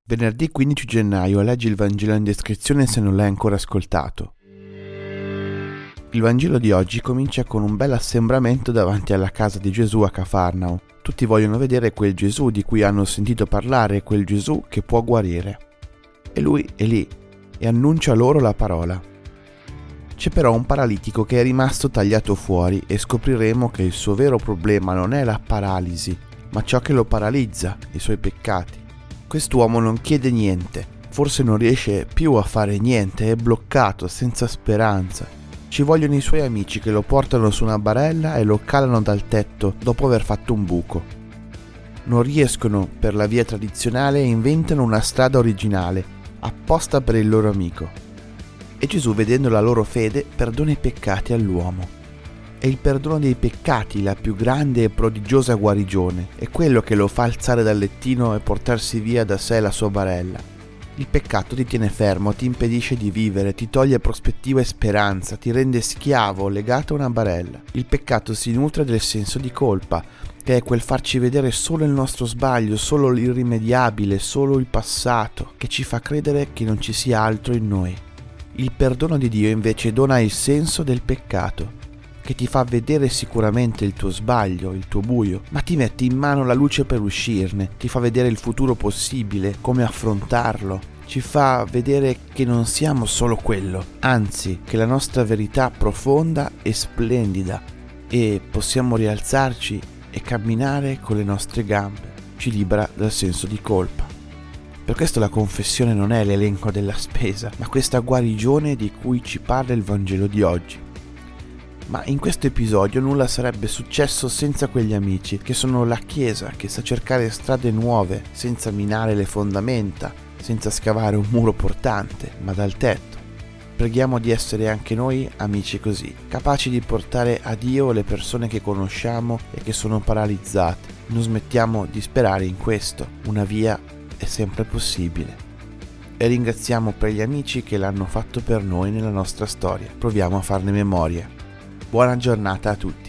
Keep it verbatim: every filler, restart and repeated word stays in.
Venerdì quindici gennaio, leggi il Vangelo in descrizione se non l'hai ancora ascoltato. Il Vangelo di oggi comincia con un bel assembramento davanti alla casa di Gesù a Cafarnao. Tutti vogliono vedere quel Gesù di cui hanno sentito parlare, quel Gesù che può guarire. E lui è lì e annuncia loro la parola. C'è però un paralitico che è rimasto tagliato fuori e scopriremo che il suo vero problema non è la paralisi, ma ciò che lo paralizza, i suoi peccati. Quest'uomo non chiede niente, forse non riesce più a fare niente, è bloccato, senza speranza. Ci vogliono i suoi amici che lo portano su una barella e lo calano dal tetto dopo aver fatto un buco. Non riescono per la via tradizionale e inventano una strada originale, apposta per il loro amico. E Gesù, vedendo la loro fede, perdona i peccati all'uomo. È il perdono dei peccati la più grande e prodigiosa guarigione, è quello che lo fa alzare dal lettino e portarsi via da sé la sua barella. Il peccato ti tiene fermo, ti impedisce di vivere, ti toglie prospettiva e speranza, ti rende schiavo, legato a una barella. Il peccato si nutre del senso di colpa, che è quel farci vedere solo il nostro sbaglio, solo l'irrimediabile, solo il passato, che ci fa credere che non ci sia altro in noi. Il perdono di Dio invece dona il senso del peccato, che ti fa vedere sicuramente il tuo sbaglio, il tuo buio, ma ti mette in mano la luce per uscirne, ti fa vedere il futuro possibile, come affrontarlo, ci fa vedere che non siamo solo quello, anzi che la nostra verità profonda e splendida e possiamo rialzarci e camminare con le nostre gambe, ci libera dal senso di colpa. Per questo la confessione non è l'elenco della spesa, ma questa guarigione di cui ci parla il Vangelo di oggi. Ma in questo episodio nulla sarebbe successo senza quegli amici, che sono la Chiesa, che sa cercare strade nuove, senza minare le fondamenta, senza scavare un muro portante, ma dal tetto. Preghiamo di essere anche noi amici così, capaci di portare a Dio le persone che conosciamo e che sono paralizzate. Non smettiamo di sperare in questo, una via è sempre possibile. E ringraziamo per gli amici che l'hanno fatto per noi nella nostra storia. Proviamo a farne memoria. Buona giornata a tutti.